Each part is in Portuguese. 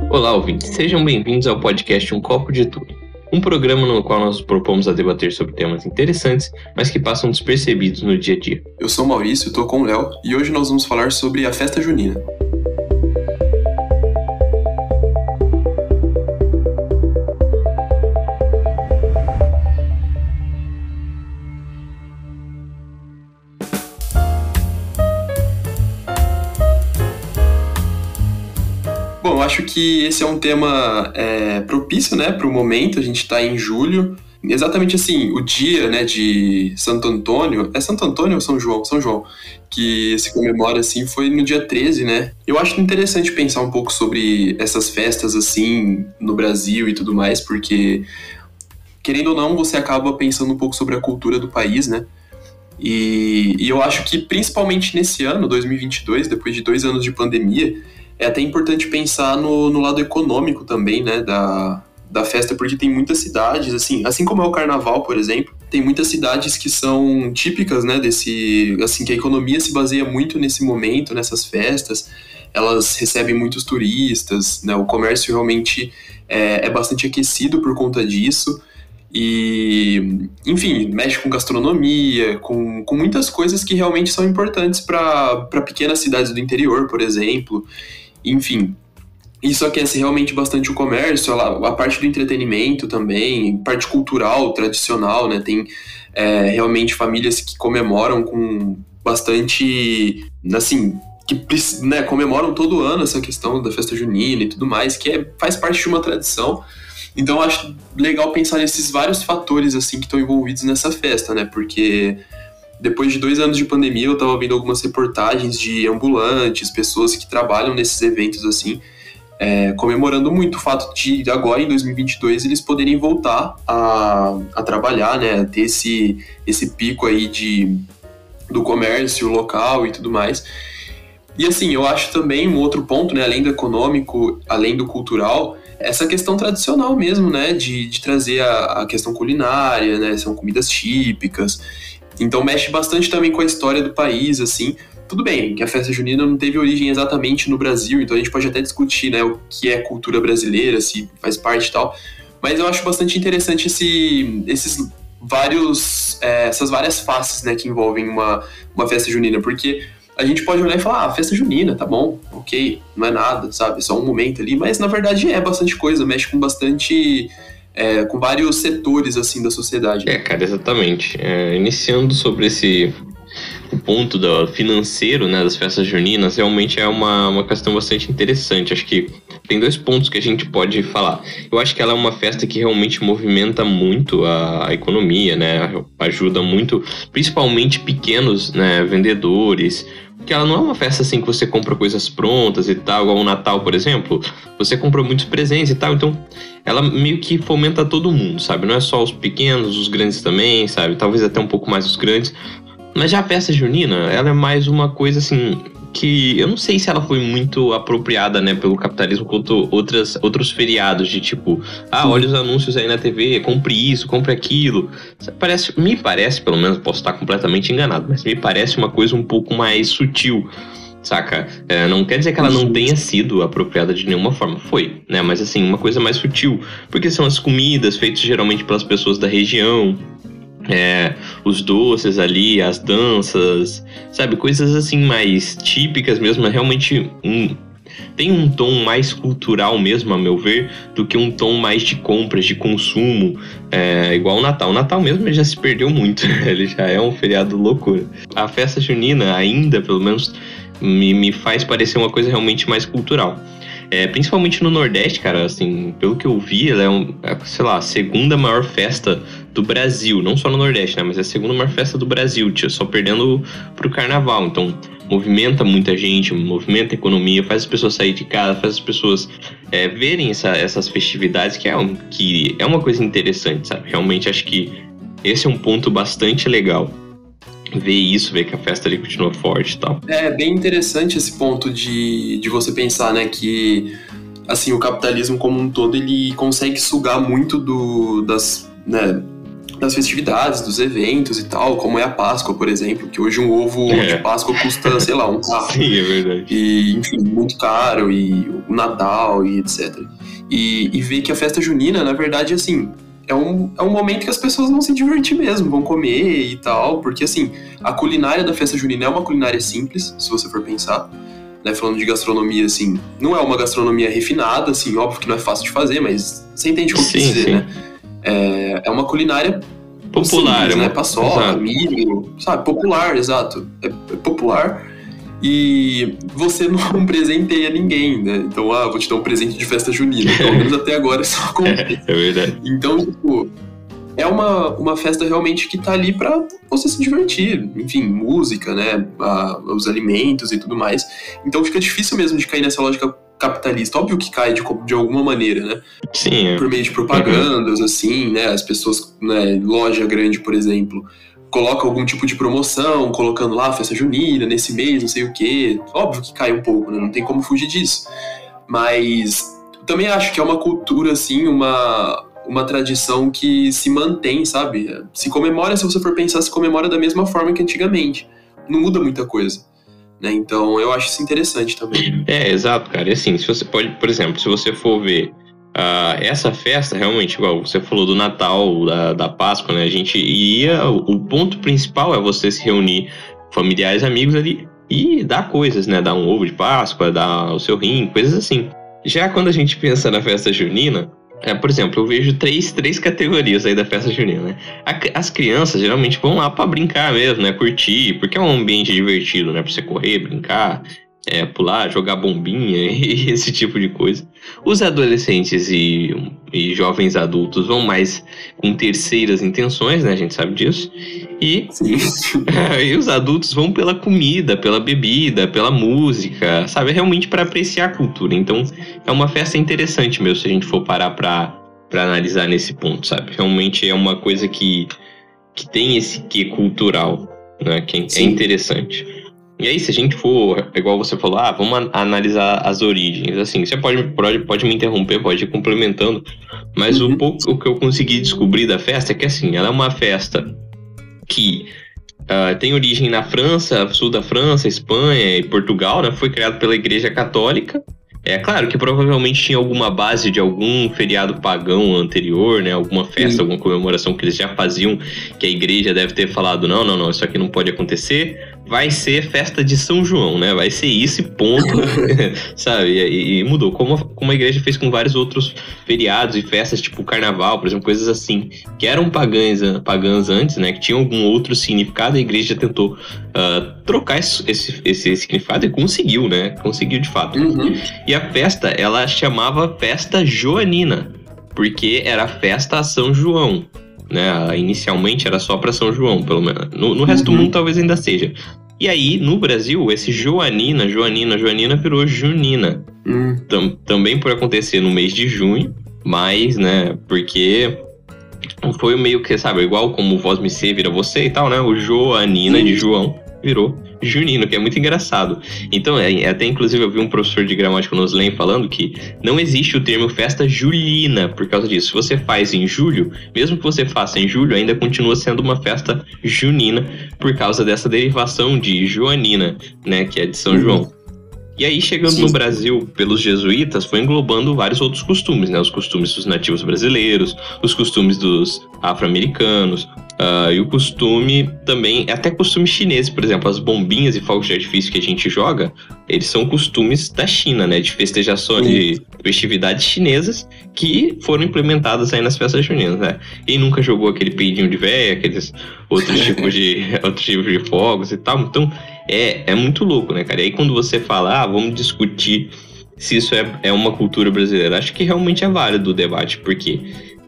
Olá, ouvintes. Sejam bem-vindos ao podcast Um Copo de Tudo, um programa no qual nós nos propomos a debater sobre temas interessantes, mas que passam despercebidos no dia a dia. Eu sou o Maurício, estou com o Léo, e hoje nós vamos falar sobre a festa junina. Bom, eu acho que esse é um tema propício, né, para o momento. A gente está em julho, exatamente assim, o dia, né, de Santo Antônio. É Santo Antônio ou São João? São João, que se comemora assim, foi no dia 13, né? Eu acho interessante pensar um pouco sobre essas festas assim no Brasil e tudo mais, porque querendo ou não, você acaba pensando um pouco sobre a cultura do país, né? E eu acho que principalmente nesse ano, 2022, depois de 2 anos de pandemia, é até importante pensar no lado econômico também, né, da festa, porque tem muitas cidades, assim como é o Carnaval, por exemplo, tem muitas cidades que são típicas, né, assim, que a economia se baseia muito nesse momento, nessas festas, elas recebem muitos turistas, né, o comércio realmente é bastante aquecido por conta disso, e, enfim, mexe com gastronomia, com muitas coisas que realmente são importantes para pequenas cidades do interior, por exemplo. Enfim, isso aquece realmente bastante o comércio, a parte do entretenimento também, parte cultural, tradicional, né? Tem realmente famílias que comemoram com bastante, assim, que, né, comemoram todo ano essa questão da festa junina e tudo mais, que faz parte de uma tradição. Então, eu acho legal pensar nesses vários fatores, assim, que estão envolvidos nessa festa, né? Porque depois de 2 anos de pandemia, eu estava vendo algumas reportagens de ambulantes, pessoas que trabalham nesses eventos, assim, comemorando muito o fato de agora, em 2022, eles poderem voltar a trabalhar, né? Ter esse pico aí do comércio local e tudo mais. E assim, eu acho também um outro ponto, né, além do econômico, além do cultural, essa questão tradicional mesmo, né, de trazer a questão culinária, né, são comidas típicas, então mexe bastante também com a história do país, assim. Tudo bem que a festa junina não teve origem exatamente no Brasil, então a gente pode até discutir, né, o que é cultura brasileira, se faz parte e tal, mas eu acho bastante interessante esses vários, essas várias faces, né, que envolvem uma festa junina, porque a gente pode olhar e falar, festa junina, tá bom, ok, não é nada, sabe, só um momento ali, mas na verdade é bastante coisa, mexe com bastante, com vários setores, assim, da sociedade. Cara, exatamente. Iniciando sobre o ponto financeiro, né, das festas juninas, realmente é uma questão bastante interessante. Acho que tem 2 pontos que a gente pode falar. Eu acho que ela é uma festa que realmente movimenta muito a economia, né, ajuda muito, principalmente pequenos, né, vendedores, porque ela não é uma festa assim que você compra coisas prontas e tal, igual o Natal, por exemplo. Você compra muitos presentes e tal, então ela meio que fomenta todo mundo, sabe? Não é só os pequenos, os grandes também, sabe? Talvez até um pouco mais os grandes. Mas já a festa junina, ela é mais uma coisa assim, que eu não sei se ela foi muito apropriada, né, pelo capitalismo quanto outros feriados de tipo, olha os anúncios aí na TV, compre isso, compre aquilo. Me parece, pelo menos posso estar completamente enganado, mas me parece uma coisa um pouco mais sutil, saca? Não quer dizer que ela não tenha sido apropriada de nenhuma forma, foi, né, mas assim, uma coisa mais sutil, porque são as comidas feitas geralmente pelas pessoas da região, os doces ali, as danças, sabe? Coisas assim mais típicas mesmo, realmente tem um tom mais cultural mesmo, a meu ver, do que um tom mais de compras, de consumo, igual o Natal. O Natal mesmo ele já se perdeu muito, ele já é um feriado loucura. A festa junina ainda, pelo menos, me faz parecer uma coisa realmente mais cultural. Principalmente no Nordeste, cara, assim, pelo que eu vi, ela sei lá, a segunda maior festa do Brasil, não só no Nordeste, né, mas é a segunda maior festa do Brasil, só perdendo pro Carnaval. Então, movimenta muita gente, movimenta a economia, faz as pessoas sair de casa, faz as pessoas verem essas festividades, que é uma coisa interessante, sabe? Realmente acho que esse é um ponto bastante legal. Ver que a festa ali continua forte e tal. É bem interessante esse ponto de você pensar, né, que assim, o capitalismo como um todo, ele consegue sugar muito né, das festividades, dos eventos e tal, como é a Páscoa, por exemplo, que hoje um ovo de Páscoa custa, sei lá, um carro. Sim, é verdade. E, enfim, muito caro, e o Natal e etc. E ver que a festa junina, na verdade, assim, é um momento que as pessoas vão se divertir mesmo, vão comer e tal, porque, assim, a culinária da festa junina é uma culinária simples, se você for pensar, né, falando de gastronomia, assim, não é uma gastronomia refinada, assim, óbvio que não é fácil de fazer, mas você entende o que eu quis dizer, né? É uma culinária popular, simples, né? Paçoca, milho, sabe? Popular, exato. É popular. E você não presenteia ninguém, né? Então, vou te dar um presente de festa junina. Pelo menos até agora isso acontece. É verdade. Então, tipo, é uma festa realmente que tá ali pra você se divertir. Enfim, música, né? Os alimentos e tudo mais. Então fica difícil mesmo de cair nessa lógica capitalista. Óbvio que cai de alguma maneira, né? Sim. Por meio de propagandas, assim, né? As pessoas, né? Loja grande, por exemplo, coloca algum tipo de promoção, colocando lá festa junina, nesse mês, não sei o quê. Óbvio que cai um pouco, né? Não tem como fugir disso. Mas também acho que é uma cultura, assim, uma tradição que se mantém, sabe? Se comemora, se você for pensar, se comemora da mesma forma que antigamente. Não muda muita coisa. Né? Então, eu acho isso interessante também. Exato, cara. E assim, se você pode, por exemplo, se você for ver essa festa, realmente, igual você falou do Natal, da Páscoa, né? A gente o ponto principal é você se reunir familiares, amigos ali e dar coisas, né? Dar um ovo de Páscoa, dar o seu rim, coisas assim. Já quando a gente pensa na festa junina, por exemplo, eu vejo três categorias aí da festa junina, né? As crianças geralmente vão lá pra brincar mesmo, né? Curtir, porque é um ambiente divertido, né? Pra você correr, brincar, pular, jogar bombinha e esse tipo de coisa. Os adolescentes e jovens adultos vão mais com terceiras intenções, né? A gente sabe disso. E os adultos vão pela comida, pela bebida, pela música, sabe? É realmente para apreciar a cultura. Então, é uma festa interessante mesmo, se a gente for parar para analisar nesse ponto, sabe? Realmente é uma coisa que tem esse quê cultural, né? Que é interessante. E aí, se a gente for, igual você falou, vamos analisar as origens. Assim, você pode me interromper, pode ir complementando, mas o que eu consegui descobrir da festa é que, assim, ela é uma festa que tem origem na França, sul da França, Espanha e Portugal, né? Foi criado pela Igreja Católica. É claro que provavelmente tinha alguma base de algum feriado pagão anterior, né? Alguma festa, alguma comemoração que eles já faziam, que a igreja deve ter falado, não, isso aqui não pode acontecer. Vai ser festa de São João, né? Vai ser esse ponto, sabe? E mudou, como a igreja fez com vários outros feriados e festas, tipo carnaval, por exemplo, coisas assim, que eram pagãs antes, né? Que tinham algum outro significado, a igreja tentou trocar esse significado e conseguiu, né? Conseguiu de fato. E a festa, ela chamava Festa Joanina, porque era festa a São João, né? Inicialmente era só para São João, pelo menos. No resto do mundo talvez ainda seja. E aí, no Brasil, esse Joanina virou Junina. Também por acontecer no mês de junho, mas, né, porque foi meio que, sabe, igual como Vós Me Sê vira você e tal, né? O Joanina de João virou junino, que é muito engraçado. Então, até inclusive eu vi um professor de gramática no Oslen falando que não existe o termo festa julina por causa disso. Se você faz em julho, mesmo que você faça em julho, ainda continua sendo uma festa junina por causa dessa derivação de joanina, né, que é de São João. E aí, chegando no Brasil pelos jesuítas, foi englobando vários outros costumes, né? Os costumes dos nativos brasileiros, os costumes dos afro-americanos, e o costume também, até costumes chineses, por exemplo, as bombinhas e fogos de artifício que a gente joga, eles são costumes da China, né? De festejações, de festividades chinesas que foram implementadas aí nas festas juninas, né? Quem nunca jogou aquele peidinho de véia, aqueles outros tipos de fogos e tal, então... É muito louco, né, cara? E aí quando você fala, vamos discutir se isso é uma cultura brasileira, acho que realmente é válido o debate, porque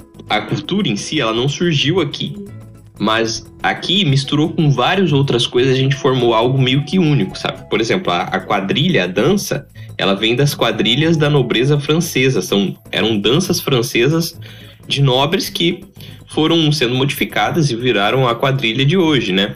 a cultura em si, ela não surgiu aqui, mas aqui misturou com várias outras coisas, a gente formou algo meio que único, sabe? Por exemplo, a quadrilha, a dança, ela vem das quadrilhas da nobreza francesa, eram danças francesas de nobres que foram sendo modificadas e viraram a quadrilha de hoje, né?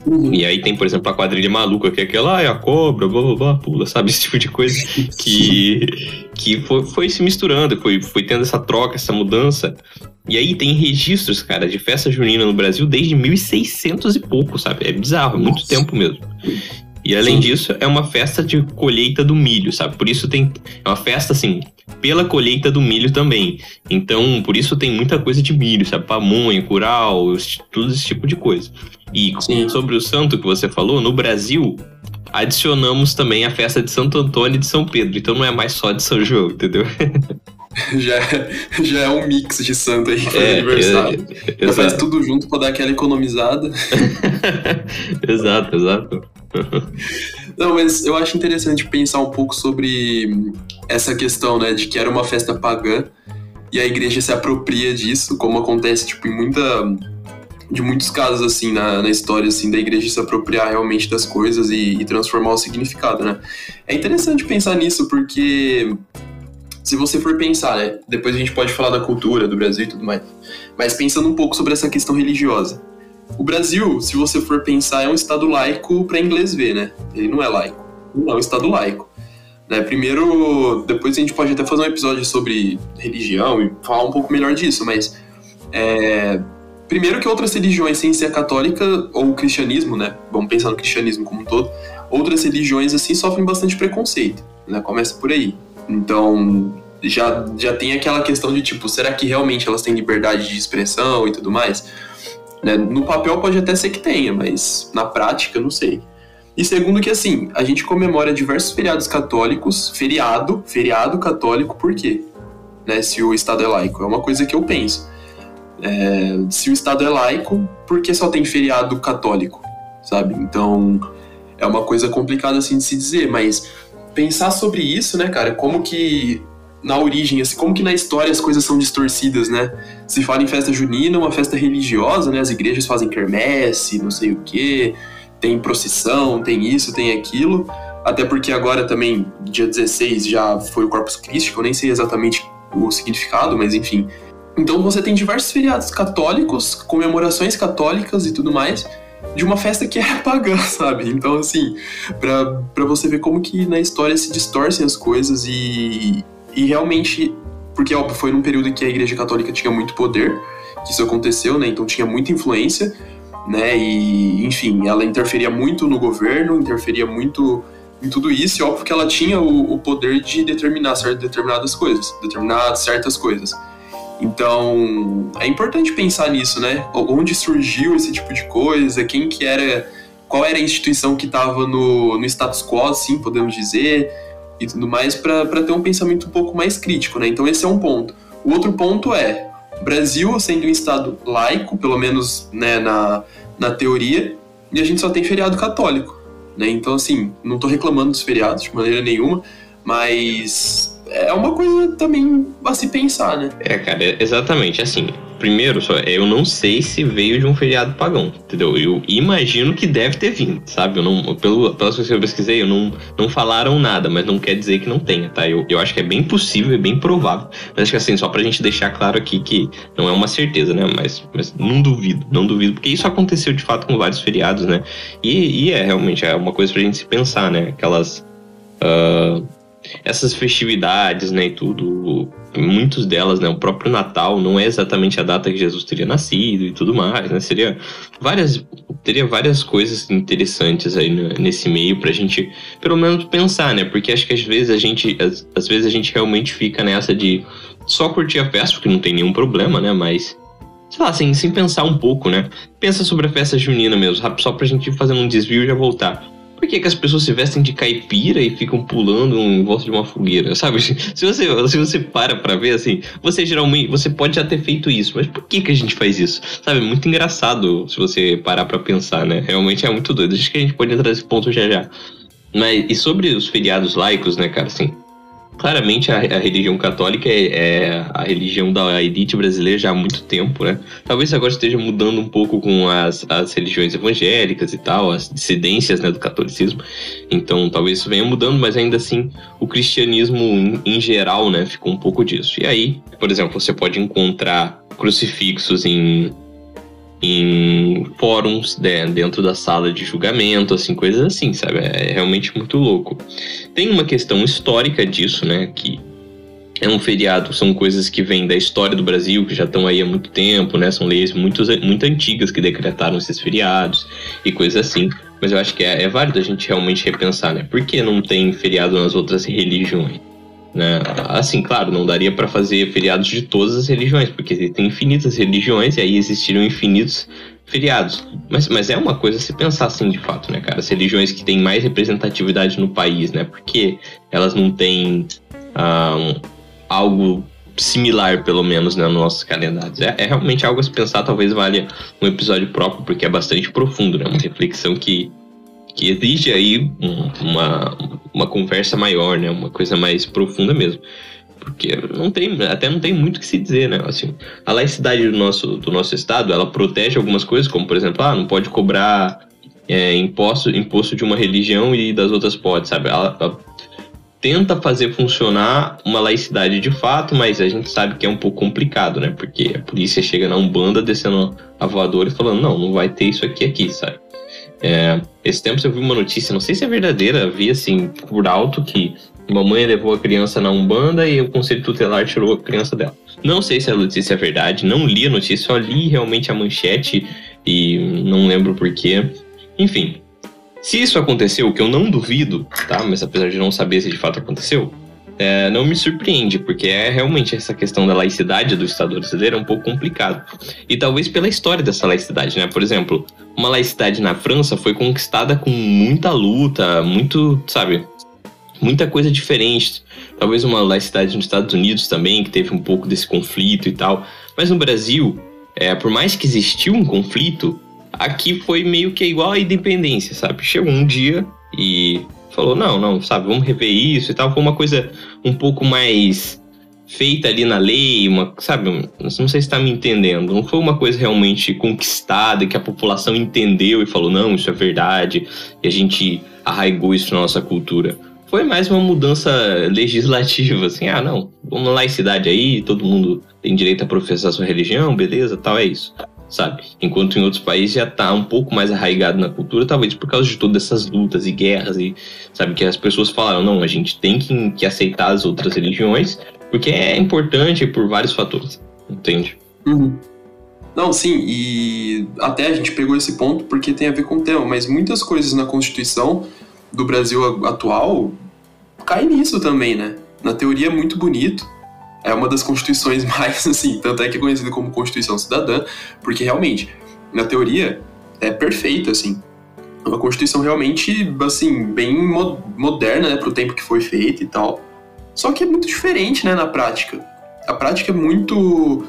E aí tem, por exemplo, a quadrilha maluca, que é aquela, a cobra, blá, blá, blá, pula, sabe? Esse tipo de coisa que foi se misturando, foi tendo essa troca, essa mudança. E aí tem registros, cara, de festa junina no Brasil desde 1600 e pouco, sabe? É bizarro, é muito tempo mesmo. E além disso, é uma festa de colheita do milho, sabe? Por isso é uma festa, assim, pela colheita do milho também. Então, por isso tem muita coisa de milho, sabe? Pamonha, curau, tudo esse tipo de coisa. E sobre o santo que você falou, no Brasil, adicionamos também a festa de Santo Antônio e de São Pedro. Então não é mais só de São João, entendeu? Já é um mix de santo aí para o aniversário. Já faz tudo junto para dar aquela economizada. Exato. Não, mas eu acho interessante pensar um pouco sobre essa questão, né, de que era uma festa pagã e a igreja se apropria disso, como acontece tipo, de muitos casos assim na história assim, da igreja se apropriar realmente das coisas e transformar o significado, né? É interessante pensar nisso porque se você for pensar, né, depois a gente pode falar da cultura do Brasil e tudo mais, mas pensando um pouco sobre essa questão religiosa. O Brasil, se você for pensar, é um estado laico para inglês ver, né? Ele não é laico, não é um estado laico. Né? Primeiro, depois a gente pode até fazer um episódio sobre religião e falar um pouco melhor disso, mas primeiro que outras religiões, sem ser a católica ou o cristianismo, né? Vamos pensar no cristianismo como um todo, outras religiões assim sofrem bastante preconceito, né? Começa por aí. Então, já tem aquela questão de tipo, será que realmente elas têm liberdade de expressão e tudo mais? Né? No papel pode até ser que tenha, mas na prática não sei. E segundo que assim, a gente comemora diversos feriados católicos, feriado católico, por quê? Né? Se o Estado é laico, é uma coisa que eu penso. Se o Estado é laico, por que só tem feriado católico? Sabe? Então, é uma coisa complicada assim de se dizer, mas pensar sobre isso, né, cara, como que na origem, assim, como que na história as coisas são distorcidas, né? Se fala em festa junina, uma festa religiosa, né? As igrejas fazem quermesse, não sei o quê, tem procissão, tem isso, tem aquilo. Até porque agora também, dia 16, já foi o Corpus Christi, que eu nem sei exatamente o significado, mas enfim. Então você tem diversos feriados católicos, comemorações católicas e tudo mais, de uma festa que é pagã, sabe? Então, assim, pra você ver como que na história se distorcem as coisas e realmente, porque óbvio, foi num período em que a Igreja Católica tinha muito poder, que isso aconteceu, né? Então tinha muita influência, né? E, enfim, ela interferia muito no governo, interferia muito em tudo isso, e óbvio que ela tinha o poder de determinar certas coisas. Então, é importante pensar nisso, né? Onde surgiu esse tipo de coisa, qual era a instituição que estava no status quo, assim, podemos dizer, e tudo mais, para ter um pensamento um pouco mais crítico, né? Então esse é um ponto. O outro ponto é, o Brasil sendo um estado laico, pelo menos, né, na teoria, e a gente só tem feriado católico, né? Então, assim, não tô reclamando dos feriados de maneira nenhuma, mas é uma coisa também a se pensar, né? Cara, exatamente, assim, primeiro, eu não sei se veio de um feriado pagão, entendeu? Eu imagino que deve ter vindo, sabe? Pelas coisas que eu pesquisei, não falaram nada, mas não quer dizer que não tenha, tá? Eu acho que é bem possível, é bem provável. Mas acho que assim, só pra gente deixar claro aqui que não é uma certeza, né? Mas não duvido, porque isso aconteceu de fato com vários feriados, né? E realmente uma coisa pra gente se pensar, né? Aquelas... essas festividades, né, e tudo, muitas delas, né, o próprio Natal não é exatamente a data que Jesus teria nascido e tudo mais, né, teria várias coisas interessantes aí nesse meio pra gente, pelo menos, pensar, né, porque acho que às vezes a gente realmente fica nessa de só curtir a festa, porque não tem nenhum problema, né, mas, sei lá, sem pensar um pouco, né, pensa sobre a festa junina mesmo, só pra gente ir fazendo um desvio e já voltar. Por que as pessoas se vestem de caipira e ficam pulando em volta de uma fogueira, sabe? Se você para pra ver, assim, você pode já ter feito isso, mas por que a gente faz isso? Sabe, muito engraçado se você parar pra pensar, né? Realmente é muito doido. Acho que a gente pode entrar nesse ponto já. E sobre os feriados laicos, né, cara, assim... Claramente a religião católica é a religião da elite brasileira já há muito tempo, né? Talvez agora esteja mudando um pouco com as religiões evangélicas e tal, as dissidências, né, do catolicismo. Então talvez isso venha mudando, mas ainda assim o cristianismo em geral, né, ficou um pouco disso. E aí, por exemplo, você pode encontrar crucifixos em fóruns, né, dentro da sala de julgamento, assim, coisas assim, sabe? É realmente muito louco. Tem uma questão histórica disso, né, que é um feriado, são coisas que vêm da história do Brasil, que já estão aí há muito tempo, né? São leis muito antigas que decretaram esses feriados e coisas assim. Mas eu acho que é válido a gente realmente repensar, né? Por que não tem feriado nas outras religiões? Né? Assim, claro, não daria para fazer feriados de todas as religiões, porque tem infinitas religiões e aí existiram infinitos feriados. Mas é uma coisa a se pensar assim, de fato, né, cara? As religiões que têm mais representatividade no país, né? Porque elas não têm algo similar, pelo menos, né, nos nossos calendários. É realmente algo a se pensar, talvez valha um episódio próprio, porque é bastante profundo, né? Uma reflexão que exige aí uma conversa maior, né? Uma coisa mais profunda mesmo. Porque não tem muito o que se dizer, né? Assim, a laicidade do nosso estado, ela protege algumas coisas, como, por exemplo, não pode cobrar imposto de uma religião e das outras pode, sabe? Ela tenta fazer funcionar uma laicidade de fato, mas a gente sabe que é um pouco complicado, né? Porque a polícia chega na Umbanda descendo a voadora e falando, não vai ter isso aqui, sabe? Esse tempo eu vi uma notícia, não sei se é verdadeira, vi assim, por alto, que uma mãe levou a criança na Umbanda e o Conselho Tutelar tirou a criança dela. Não sei se a notícia é verdade, não li a notícia, só li realmente a manchete e não lembro porquê. Enfim, se isso aconteceu, o que eu não duvido, tá? Mas apesar de não saber se de fato aconteceu, não me surpreende, porque realmente essa questão da laicidade do Estado brasileiro é um pouco complicado. E talvez pela história dessa laicidade, né? Por exemplo, uma laicidade na França foi conquistada com muita luta, muita coisa diferente. Talvez uma laicidade nos Estados Unidos também, que teve um pouco desse conflito e tal. Mas no Brasil, por mais que existiu um conflito, aqui foi meio que igual à independência, sabe? Chegou um dia e falou, não, sabe, vamos rever isso e tal. Foi uma coisa um pouco mais feita ali na lei, sabe? Não sei se tá me entendendo. Não foi uma coisa realmente conquistada, que a população entendeu e falou, não, isso é verdade, e a gente arraigou isso na nossa cultura. Foi mais uma mudança legislativa, assim, não, vamos laicidade aí, todo mundo tem direito a professar sua religião, beleza, tal, é isso, sabe? Enquanto em outros países já tá um pouco mais arraigado na cultura, talvez por causa de todas essas lutas e guerras, e sabe, que as pessoas falaram, não, a gente tem que aceitar as outras religiões, porque é importante por vários fatores, entende? Uhum. Não, sim, e até a gente pegou esse ponto porque tem a ver com o tema, mas muitas coisas na Constituição do Brasil atual caem nisso também, né? Na teoria é muito bonito, é uma das constituições mais, assim, tanto é que é conhecida como Constituição Cidadã, porque realmente, na teoria, é perfeita, assim. É uma Constituição realmente, assim, bem moderna, né, pro tempo que foi feita e tal. Só que é muito diferente, né, na prática. A prática é muito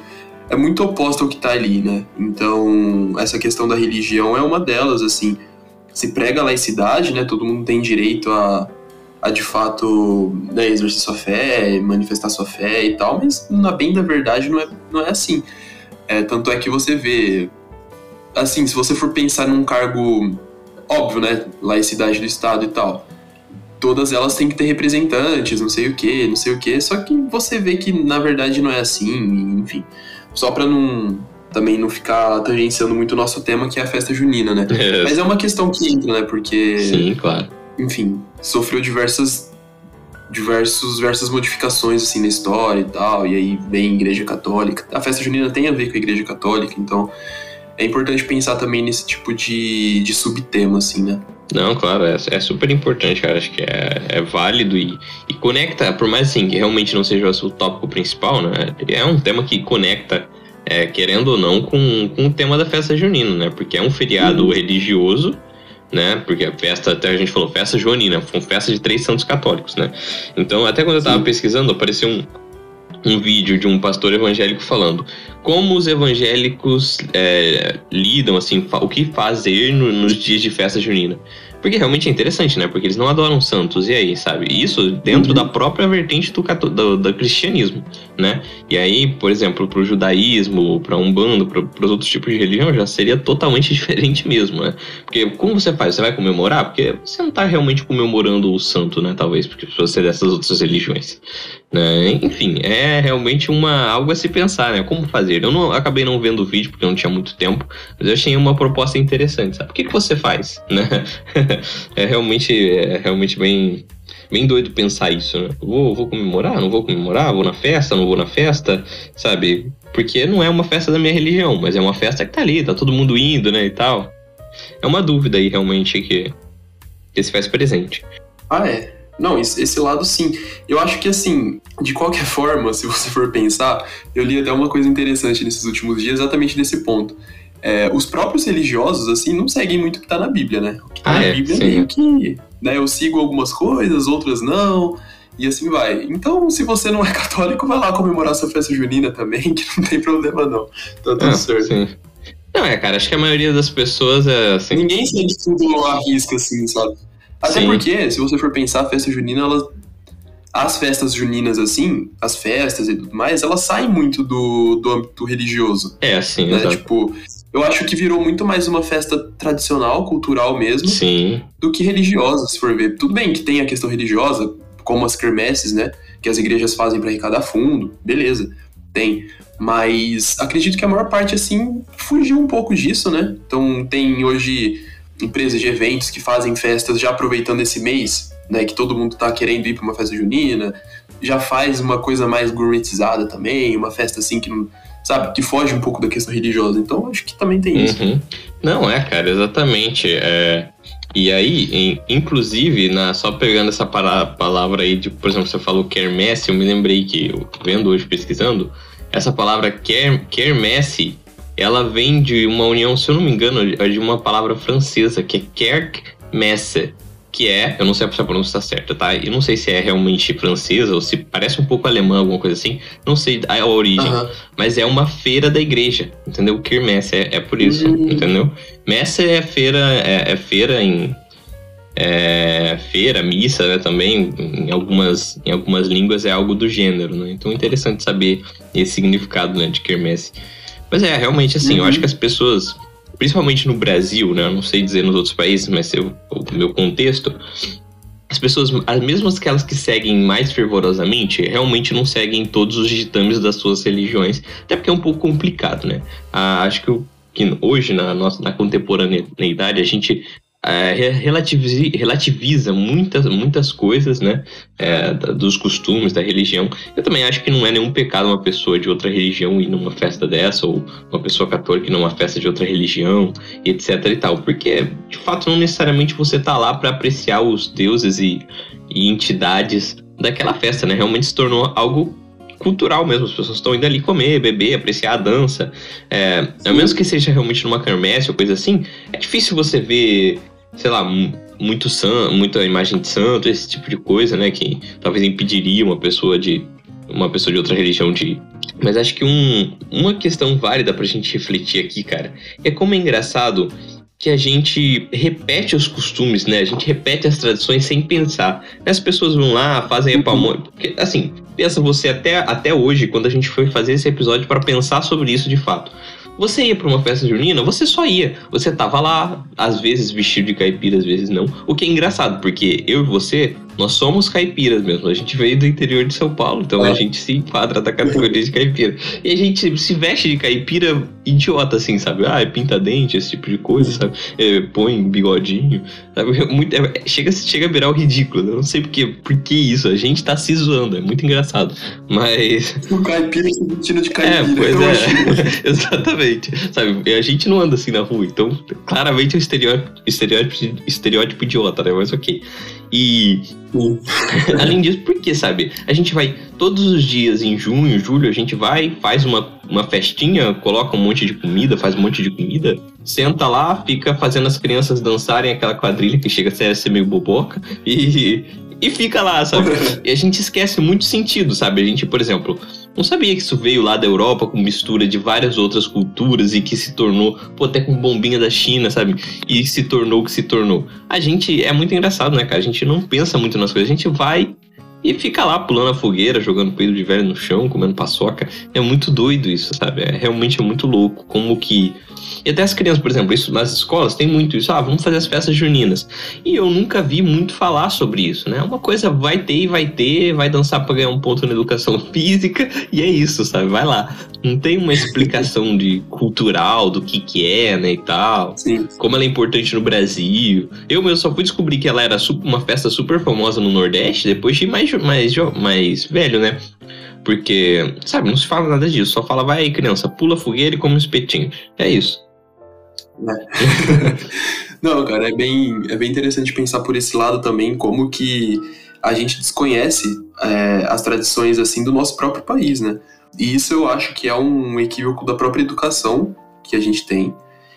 oposta ao que tá ali, né? Então, essa questão da religião é uma delas, assim. Se prega a laicidade, né, todo mundo tem direito a de fato, né, exercer sua fé, manifestar sua fé e tal, mas na bem da verdade não é assim. Tanto é que você vê, assim, se você for pensar num cargo óbvio, né, laicidade do Estado e tal, todas elas têm que ter representantes, não sei o que, só que você vê que na verdade não é assim, enfim, só pra também não ficar tangenciando muito o nosso tema, que é a festa junina, né? Mas é uma questão que entra, né? Porque... Sim, claro. Enfim, sofreu diversas modificações, assim, na história e tal, e aí vem a Igreja Católica. A festa junina tem a ver com a Igreja Católica, então é importante pensar também nesse tipo de subtema, assim, né? Não, claro, é super importante, cara. Acho que é válido e conecta, por mais assim que realmente não seja o seu tópico principal, né? É um tema que conecta, querendo ou não, com o tema da festa junina, né? Porque é um feriado religioso, né? Porque a festa, até a gente falou, festa joanina, foi uma festa de 3 santos católicos, né? Então, até quando eu tava pesquisando, apareceu um vídeo de um pastor evangélico falando como os evangélicos lidam, assim, o que fazer nos dias de festa junina. Porque realmente é interessante, né? Porque eles não adoram santos, e aí, sabe? Isso dentro da própria vertente do cristianismo, né? E aí, por exemplo, pro judaísmo, pra Umbanda, pros outros tipos de religião, já seria totalmente diferente mesmo, né? Porque como você faz? Você vai comemorar? Porque você não tá realmente comemorando o santo, né? Talvez, porque você é dessas outras religiões, né? Enfim, é realmente algo a se pensar, né? Como fazer? Eu acabei não vendo o vídeo, porque eu não tinha muito tempo, mas eu achei uma proposta interessante, sabe? O que você faz, né? É realmente bem doido pensar isso, né? Vou comemorar, não vou comemorar, vou na festa, não vou na festa, sabe? Porque não é uma festa da minha religião, mas é uma festa que tá ali, tá todo mundo indo, né, e tal. É uma dúvida aí, realmente, que se faz presente. É. Não, esse lado sim. Eu acho que, assim, de qualquer forma, se você for pensar, eu li até uma coisa interessante nesses últimos dias, exatamente nesse ponto. Os próprios religiosos, assim, não seguem muito o que tá na Bíblia, né? O que tá na Bíblia é meio que... Né, eu sigo algumas coisas, outras não, e assim vai. Então, se você não é católico, vai lá comemorar sua festa junina também, que não tem problema não. Tá tudo certo. Sim. Não, cara, acho que a maioria das pessoas é assim... Ninguém sente tudo à risca, assim, sabe? Até porque, se você for pensar, a festa junina, as festas juninas, assim, as festas e tudo mais, elas saem muito do âmbito religioso. Sim, né? exato. Tipo, eu acho que virou muito mais uma festa tradicional, cultural mesmo, sim, do que religiosa, se for ver. Tudo bem que tem a questão religiosa, como as quermesses, né? Que as igrejas fazem para arrecadar fundo, beleza, tem. Mas acredito que a maior parte, assim, fugiu um pouco disso, né? Então tem hoje empresas de eventos que fazem festas já aproveitando esse mês, né? Que todo mundo tá querendo ir para uma festa junina, já faz uma coisa mais gourmetizada também, uma festa assim que não... Sabe, que foge um pouco da questão religiosa. Então, acho que também tem isso. Não, cara, exatamente. E aí, inclusive, só pegando essa palavra aí, de, por exemplo, você falou quermesse, eu me lembrei que, vendo hoje, pesquisando, essa palavra quermesse, ela vem de uma união, se eu não me engano, de uma palavra francesa, que é Kermesse, que eu não sei se a pronúncia está certa, tá? Eu não sei se é realmente francesa ou se parece um pouco alemã, alguma coisa assim. Não sei a origem, mas é uma feira da igreja, entendeu? Kermesse é por isso, entendeu? Messe é feira, feira em... feira, missa, né, também, em algumas línguas é algo do gênero, né? Então é interessante saber esse significado, né, de quermesse. Mas realmente, assim, eu acho que as pessoas... Principalmente no Brasil, né? Eu não sei dizer nos outros países, mas o meu contexto, as pessoas, as mesmas aquelas que seguem mais fervorosamente, realmente não seguem todos os ditames das suas religiões, até porque é um pouco complicado, né? Acho que hoje, na contemporaneidade, a gente relativiza muitas coisas, né? Dos costumes, da religião. Eu também acho que não é nenhum pecado uma pessoa de outra religião ir numa festa dessa, ou uma pessoa católica ir numa festa de outra religião, etc e tal. Porque, de fato, não necessariamente você tá lá para apreciar os deuses e entidades daquela festa, né? Realmente se tornou algo cultural mesmo, as pessoas estão indo ali comer, beber, apreciar a dança. Ao menos que seja realmente numa quermesse ou coisa assim, é difícil você ver, sei lá, muita imagem de santo, esse tipo de coisa, né, que talvez impediria uma pessoa de outra religião de ir. Mas acho que uma questão válida pra gente refletir aqui, cara, é como é engraçado que a gente repete os costumes, né? A gente repete as tradições sem pensar. As pessoas vão lá, fazem a pamonha. Porque, assim, pensa você até hoje, quando a gente foi fazer esse episódio para pensar sobre isso de fato. Você ia pra uma festa junina, você só ia. Você tava lá, às vezes vestido de caipira, às vezes não. O que é engraçado, porque eu e você, nós somos caipiras mesmo. A gente veio do interior de São Paulo, então a gente se enquadra da categoria de caipira. E a gente se veste de caipira idiota, assim, sabe? Pinta dente, esse tipo de coisa, sabe? Põe bigodinho, sabe? Chega a virar o ridículo. Eu não sei por que isso. A gente tá se zoando, é muito engraçado. Mas... O caipira se vestindo de caipira. Pois exatamente. Sabe, a gente não anda assim na rua, então claramente é um estereótipo idiota, né? Mas ok. E além disso, por que, sabe? A gente vai todos os dias em junho, julho, a gente vai, faz uma festinha, coloca um monte de comida, faz um monte de comida, senta lá, fica fazendo as crianças dançarem aquela quadrilha que chega a ser meio boboca e fica lá, sabe? E a gente esquece muito sentido, sabe? A gente, por exemplo, não sabia que isso veio lá da Europa com mistura de várias outras culturas e que se tornou, até com bombinha da China, sabe? E se tornou o que se tornou. A gente, é muito engraçado, né, cara? A gente não pensa muito nas coisas, a gente vai E fica lá pulando a fogueira, jogando peido de velho no chão, comendo paçoca. É muito doido isso, sabe? Realmente é muito louco. Como que... E até as crianças, por exemplo, isso, nas escolas tem muito isso. Vamos fazer as festas juninas. E eu nunca vi muito falar sobre isso, né? Uma coisa vai ter, vai dançar pra ganhar um ponto na educação física. E é isso, sabe? Vai lá. Não tem uma explicação de cultural do que é, né, e tal. Sim. Como ela é importante no Brasil. Eu mesmo só fui descobrir que ela era uma festa super famosa no Nordeste depois de mais velho, né? Porque, sabe, não se fala nada disso. Só fala, vai aí, criança, pula a fogueira e come um espetinho. É isso. Não, cara, é bem interessante pensar por esse lado também, como que a gente desconhece as tradições, assim, do nosso próprio país, né? E isso eu acho que é um equívoco da própria educação que a gente tem.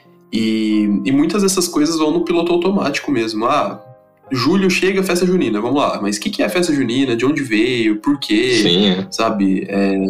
E muitas dessas coisas vão no piloto automático mesmo. Julho chega, festa junina, vamos lá. Mas o que é a festa junina? De onde veio? Por quê? Sim. Sabe?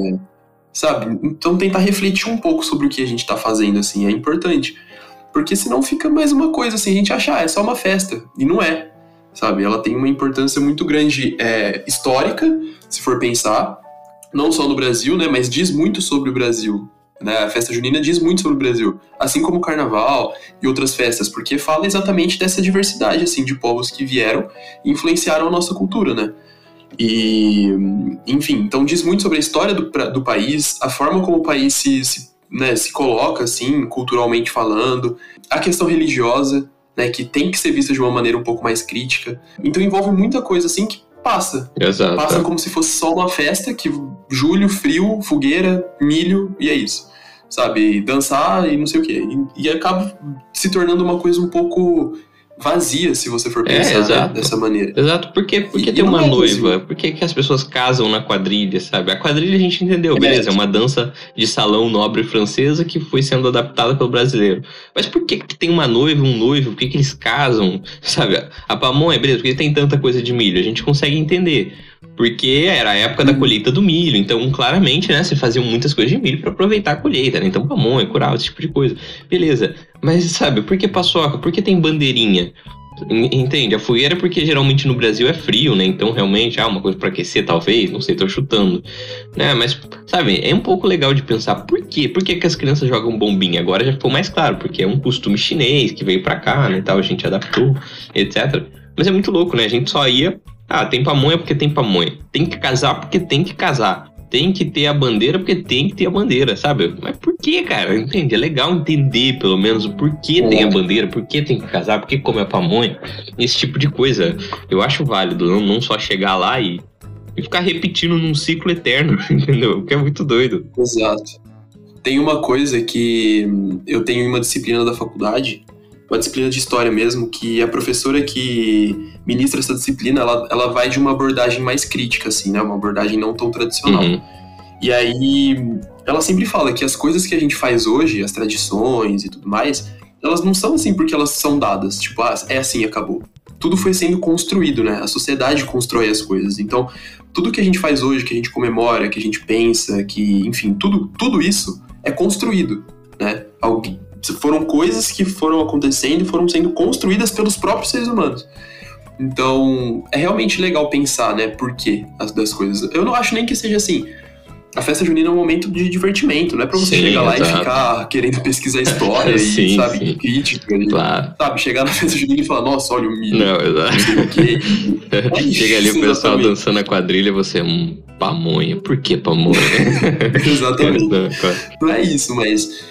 Sabe? Então tentar refletir um pouco sobre o que a gente tá fazendo, assim, é importante. Porque senão fica mais uma coisa, assim, a gente acha, é só uma festa. E não é, sabe? Ela tem uma importância muito grande histórica, se for pensar. Não só no Brasil, né? Mas diz muito sobre o Brasil. Né? A festa junina diz muito sobre o Brasil, assim como o carnaval e outras festas, porque fala exatamente dessa diversidade, assim, de povos que vieram e influenciaram a nossa cultura, né? E, enfim, então diz muito sobre a história do país, a forma como o país se coloca, assim, culturalmente falando, a questão religiosa, né, que tem que ser vista de uma maneira um pouco mais crítica. Então envolve muita coisa, assim, que passa. Exato. Passa como se fosse só uma festa, que julho, frio, fogueira, milho, e é isso. Sabe, dançar e não sei o quê. E acaba se tornando uma coisa um pouco vazia, se você for pensar, né, dessa maneira. Exato, porque tem uma noiva, por que as pessoas casam na quadrilha, sabe? A quadrilha a gente entendeu, beleza, é uma dança de salão nobre francesa que foi sendo adaptada pelo brasileiro. Mas por que tem uma noiva, um noivo, por que eles casam, sabe? A pamonha, beleza, porque tem tanta coisa de milho, a gente consegue entender. Porque era a época da colheita do milho, então claramente, né, se faziam muitas coisas de milho para aproveitar a colheita, né? Então pamonha, curau, esse tipo de coisa. Beleza, mas sabe, por que paçoca? Por que tem bandeirinha? Entende? A fogueira é porque geralmente no Brasil é frio, né? Então realmente, uma coisa para aquecer talvez, não sei, tô chutando. Né? Mas, sabe, é um pouco legal de pensar por quê? Por que as crianças jogam bombinha? Agora já ficou mais claro, porque é um costume chinês que veio para cá, né, tal, a gente adaptou, etc. Mas é muito louco, né? A gente só ia... tem pamonha porque tem pamonha. Tem que casar porque tem que casar. Tem que ter a bandeira porque tem que ter a bandeira, sabe? Mas por que, cara? Entende? É legal entender, pelo menos, o porquê tem a bandeira, por que tem que casar, por que come a pamonha. Esse tipo de coisa. Eu acho válido. Não só chegar lá e ficar repetindo num ciclo eterno, entendeu? Porque é muito doido. Exato. Tem uma coisa que eu tenho em uma disciplina da faculdade, uma disciplina de história mesmo, que a professora que ministra essa disciplina, ela vai de uma abordagem mais crítica, assim, né? Uma abordagem não tão tradicional. Uhum. E aí, ela sempre fala que as coisas que a gente faz hoje, as tradições e tudo mais, elas não são assim porque elas são dadas. Tipo, é assim, acabou. Tudo foi sendo construído, né? A sociedade constrói as coisas. Então, tudo que a gente faz hoje, que a gente comemora, que a gente pensa, que, enfim, tudo isso é construído, né? Foram coisas que foram acontecendo e foram sendo construídas pelos próprios seres humanos. Então, é realmente legal pensar, né, por quê das coisas. Eu não acho nem que seja assim. A festa junina é um momento de divertimento, não é pra você chegar lá e ficar querendo pesquisar história e, sabe, crítica. Claro. Sabe, chegar na festa junina e falar, nossa, olha o milho. Não, exato. Não sei o quê. Chega ali o pessoal dançando a quadrilha, você é pamonha. Por que pamonha? Exatamente. Não é isso, mas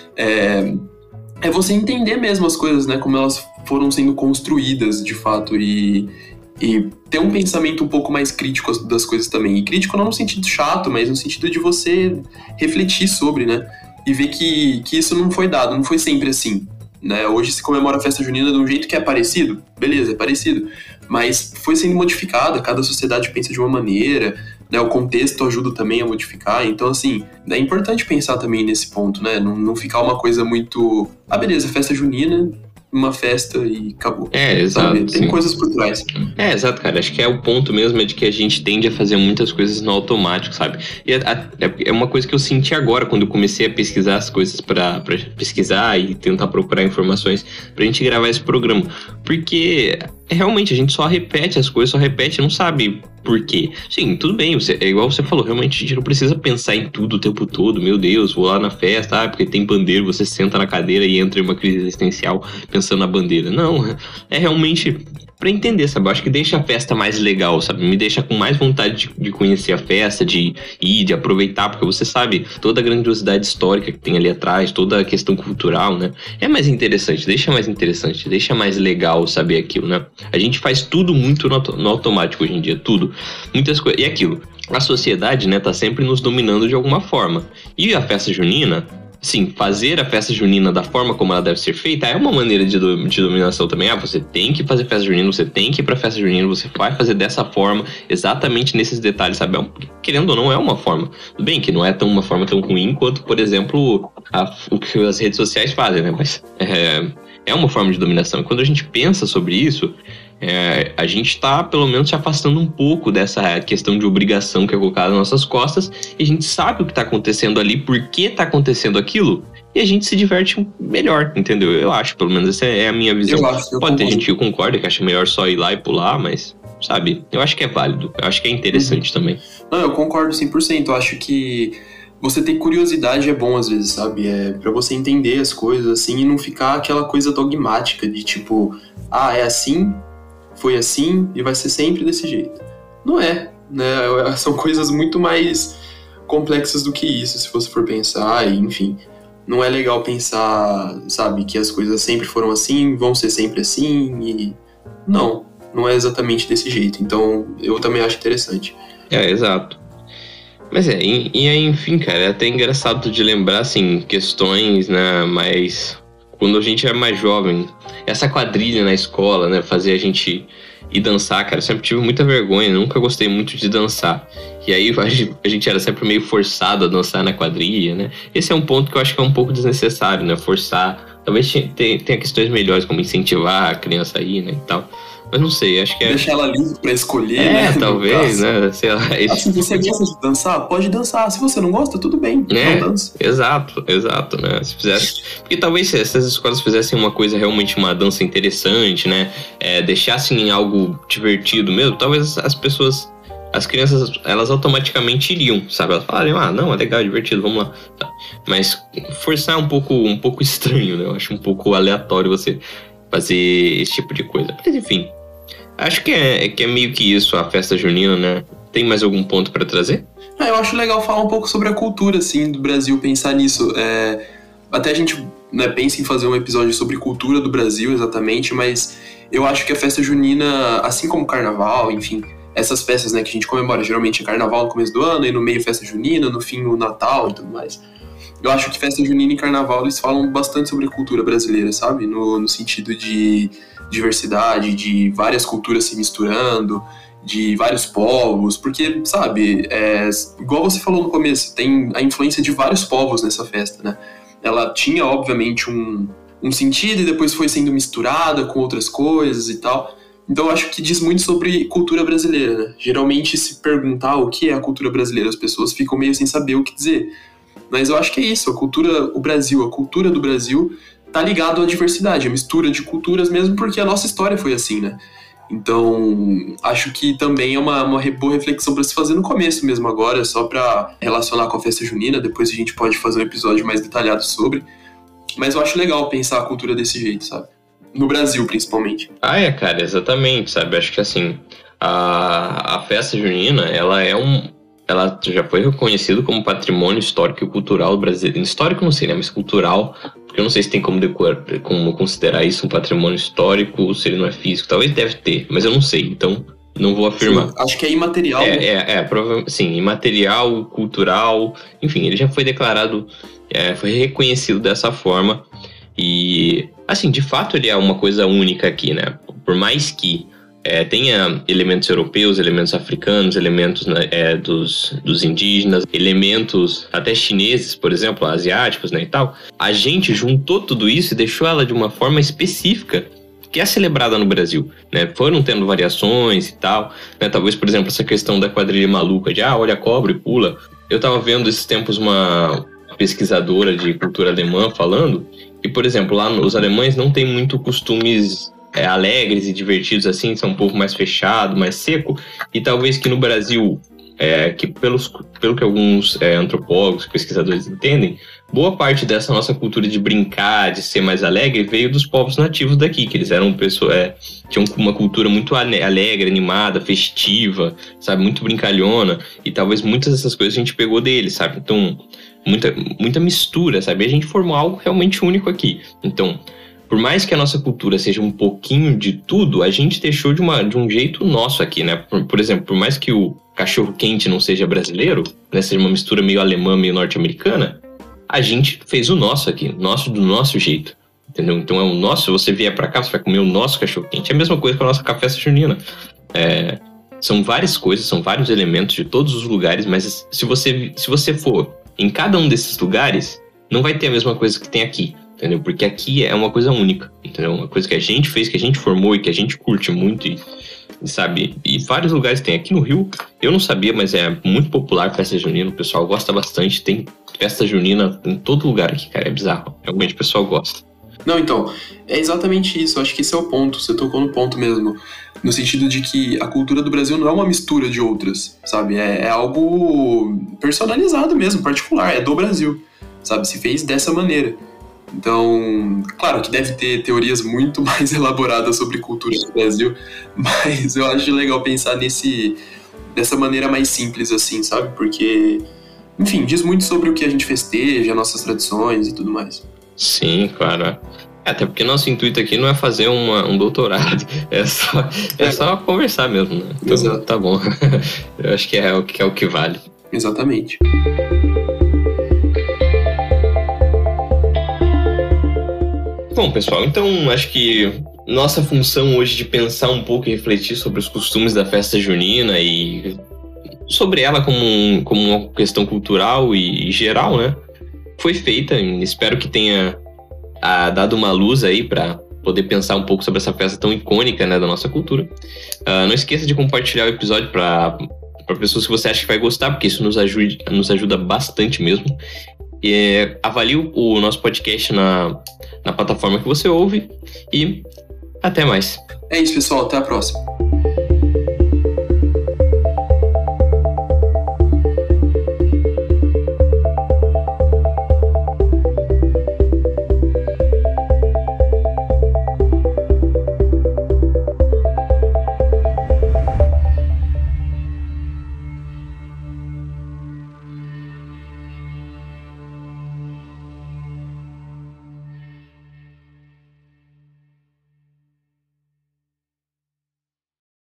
é você entender mesmo as coisas, né, como elas foram sendo construídas, de fato, e ter um pensamento um pouco mais crítico das coisas também. E crítico não no sentido chato, mas no sentido de você refletir sobre, né? E ver que isso não foi dado, não foi sempre assim, né? Hoje se comemora a festa junina de um jeito que é parecido, beleza, é parecido. Mas foi sendo modificada, cada sociedade pensa de uma maneira, né? O contexto ajuda também a modificar. Então, assim, é importante pensar também nesse ponto, né? Não ficar uma coisa muito... beleza, festa junina... uma festa e acabou. Exato. Sabe? Tem coisas por trás. Exato, cara. Acho que é o ponto mesmo, de que a gente tende a fazer muitas coisas no automático, sabe? E é uma coisa que eu senti agora, quando eu comecei a pesquisar as coisas pra pesquisar e tentar procurar informações pra gente gravar esse programa. Porque realmente, a gente só repete as coisas, só repete e não sabe por quê. Sim, tudo bem, é igual você falou, realmente a gente não precisa pensar em tudo o tempo todo. Meu Deus, vou lá na festa, porque tem bandeira, você senta na cadeira e entra em uma crise existencial pensando na bandeira. Não, é realmente pra entender, sabe? Eu acho que deixa a festa mais legal, sabe? Me deixa com mais vontade de conhecer a festa, de ir, de aproveitar, porque você sabe toda a grandiosidade histórica que tem ali atrás, toda a questão cultural, né? É mais interessante, deixa mais legal saber aquilo, né? A gente faz tudo muito no automático hoje em dia, tudo. Muitas coisas. E aquilo, a sociedade, né, tá sempre nos dominando de alguma forma. E a festa junina, sim, fazer a festa junina da forma como ela deve ser feita é uma maneira de dominação também. Você tem que fazer festa junina, você tem que ir pra festa junina, você vai fazer dessa forma, exatamente nesses detalhes, sabe? Querendo ou não, é uma forma. Tudo bem que não é uma forma tão ruim quanto, por exemplo, o que as redes sociais fazem, né? Mas é uma forma de dominação. E quando a gente pensa sobre isso, a gente está, pelo menos, se afastando um pouco dessa questão de obrigação que é colocada nas nossas costas, e a gente sabe o que está acontecendo ali, por que está acontecendo aquilo, e a gente se diverte melhor, entendeu? Eu acho, pelo menos, essa é a minha visão. Pode ter gente que concorda, que acha melhor só ir lá e pular, mas, sabe, eu acho que é válido, eu acho que é interessante também. Não, eu concordo 100%, eu acho que você ter curiosidade é bom às vezes, sabe? Pra você entender as coisas, assim, e não ficar aquela coisa dogmática de tipo, é assim, foi assim e vai ser sempre desse jeito. Não é, né? São coisas muito mais complexas do que isso, se você for pensar, e, enfim. Não é legal pensar, sabe, que as coisas sempre foram assim, vão ser sempre assim, e... Não é exatamente desse jeito. Então, eu também acho interessante. Exato. Mas e aí, enfim, cara, é até engraçado de lembrar, assim, questões, né, mas quando a gente é mais jovem, essa quadrilha na escola, né, fazia a gente ir dançar, cara, eu sempre tive muita vergonha, nunca gostei muito de dançar. E aí a gente era sempre meio forçado a dançar na quadrilha, né? Esse é um ponto que eu acho que é um pouco desnecessário, né, forçar. Talvez tenha questões melhores, como incentivar a criança a ir, né, e tal. Mas não sei, acho que deixar ela livre pra escolher, né? Talvez, né? Sei lá. Se você gosta de dançar, pode dançar. Se você não gosta, tudo bem. Não dança. Exato, né? Se fizesse... Porque talvez se essas escolas fizessem uma coisa, realmente uma dança interessante, né? Deixassem algo divertido mesmo, talvez as crianças, elas automaticamente iriam, sabe? Elas falariam, não, é legal, é divertido, vamos lá. Tá. Mas forçar é um pouco estranho, né? Eu acho um pouco aleatório você fazer esse tipo de coisa. Mas enfim... Acho que é meio que isso, a festa junina, né? Tem mais algum ponto pra trazer? Eu acho legal falar um pouco sobre a cultura, assim, do Brasil, pensar nisso. Até a gente, né, pensa em fazer um episódio sobre cultura do Brasil, exatamente, mas eu acho que a festa junina, assim como o carnaval, enfim, essas festas, né, que a gente comemora, geralmente é carnaval no começo do ano, e no meio festa junina, no fim o Natal e tudo mais. Eu acho que festa junina e carnaval, eles falam bastante sobre a cultura brasileira, sabe? No sentido de diversidade, de várias culturas se misturando, de vários povos, porque, sabe, igual você falou no começo, tem a influência de vários povos nessa festa, né? Ela tinha, obviamente, um sentido e depois foi sendo misturada com outras coisas e tal. Então eu acho que diz muito sobre cultura brasileira, né? Geralmente, se perguntar o que é a cultura brasileira, as pessoas ficam meio sem saber o que dizer. Mas eu acho que é isso, a cultura do Brasil tá ligado à diversidade, a mistura de culturas mesmo, porque a nossa história foi assim, né? Então, acho que também é uma boa reflexão para se fazer no começo mesmo agora, só para relacionar com a festa junina, depois a gente pode fazer um episódio mais detalhado sobre. Mas eu acho legal pensar a cultura desse jeito, sabe? No Brasil, principalmente. Cara, exatamente, sabe? Acho que assim, a festa junina, ela já foi reconhecida como patrimônio histórico e cultural brasileiro. Histórico não sei, né? Mas cultural, porque eu não sei se tem como considerar isso um patrimônio histórico ou se ele não é físico. Talvez deve ter, mas eu não sei, então não vou afirmar. Sim, acho que é imaterial. Provavelmente, sim, imaterial, cultural, enfim, ele já foi declarado, foi reconhecido dessa forma. E, assim, de fato ele é uma coisa única aqui, né? Por mais que tenha elementos europeus, elementos africanos, elementos dos indígenas, elementos até chineses, por exemplo, asiáticos, né, e tal. A gente juntou tudo isso e deixou ela de uma forma específica que é celebrada no Brasil, né? Foram tendo variações e tal, né? Talvez, por exemplo, essa questão da quadrilha maluca de olha a cobra e pula. Eu tava vendo esses tempos uma pesquisadora de cultura alemã falando que, por exemplo, lá os alemães não têm muito costumes alegres e divertidos assim, são um povo mais fechado, mais seco, e talvez que no Brasil, que pelo que alguns antropólogos, pesquisadores entendem, boa parte dessa nossa cultura de brincar, de ser mais alegre, veio dos povos nativos daqui, que eles eram tinham uma cultura muito alegre, animada, festiva, sabe, muito brincalhona, e talvez muitas dessas coisas a gente pegou deles, sabe, então muita mistura, sabe, a gente formou algo realmente único aqui. Então, por mais que a nossa cultura seja um pouquinho de tudo, a gente deixou de um jeito nosso aqui, né? Por exemplo, por mais que o cachorro-quente não seja brasileiro, né, seja uma mistura meio alemã, meio norte-americana, a gente fez o nosso aqui, do nosso jeito, entendeu? Então é o nosso, se você vier pra cá, você vai comer o nosso cachorro-quente. É a mesma coisa com a nossa festa junina. São várias coisas, são vários elementos de todos os lugares, mas se você for em cada um desses lugares, não vai ter a mesma coisa que tem aqui. Entendeu? Porque aqui é uma coisa única, entendeu? Uma coisa que a gente fez, que a gente formou e que a gente curte muito e sabe? E vários lugares tem. Aqui no Rio, eu não sabia, mas é muito popular a festa junina, o pessoal gosta bastante. Tem festa junina em todo lugar aqui, cara, é bizarro. Realmente o pessoal gosta. Não, então, é exatamente isso. Eu acho que esse é o ponto, você tocou no ponto mesmo. No sentido de que a cultura do Brasil não é uma mistura de outras, sabe? É algo personalizado mesmo, particular, é do Brasil, sabe? Se fez dessa maneira. Então, claro que deve ter teorias muito mais elaboradas sobre cultura do Brasil, mas eu acho legal pensar dessa maneira mais simples assim, sabe? Porque, enfim, diz muito sobre o que a gente festeja, nossas tradições e tudo mais. Sim, claro. Até porque nosso intuito aqui não é fazer um doutorado, é só conversar mesmo, né? Então, exato. Tá bom. Eu acho que é o que vale. Exatamente. Bom, pessoal, então acho que nossa função hoje de pensar um pouco e refletir sobre os costumes da festa junina e sobre ela como uma questão cultural e geral, né? Foi feita, e espero que tenha dado uma luz aí para poder pensar um pouco sobre essa festa tão icônica, né, da nossa cultura. Não esqueça de compartilhar o episódio para pessoas que você acha que vai gostar, porque isso nos ajuda bastante mesmo. Avalie o nosso podcast na plataforma que você ouve e até mais. É isso, pessoal. Até a próxima.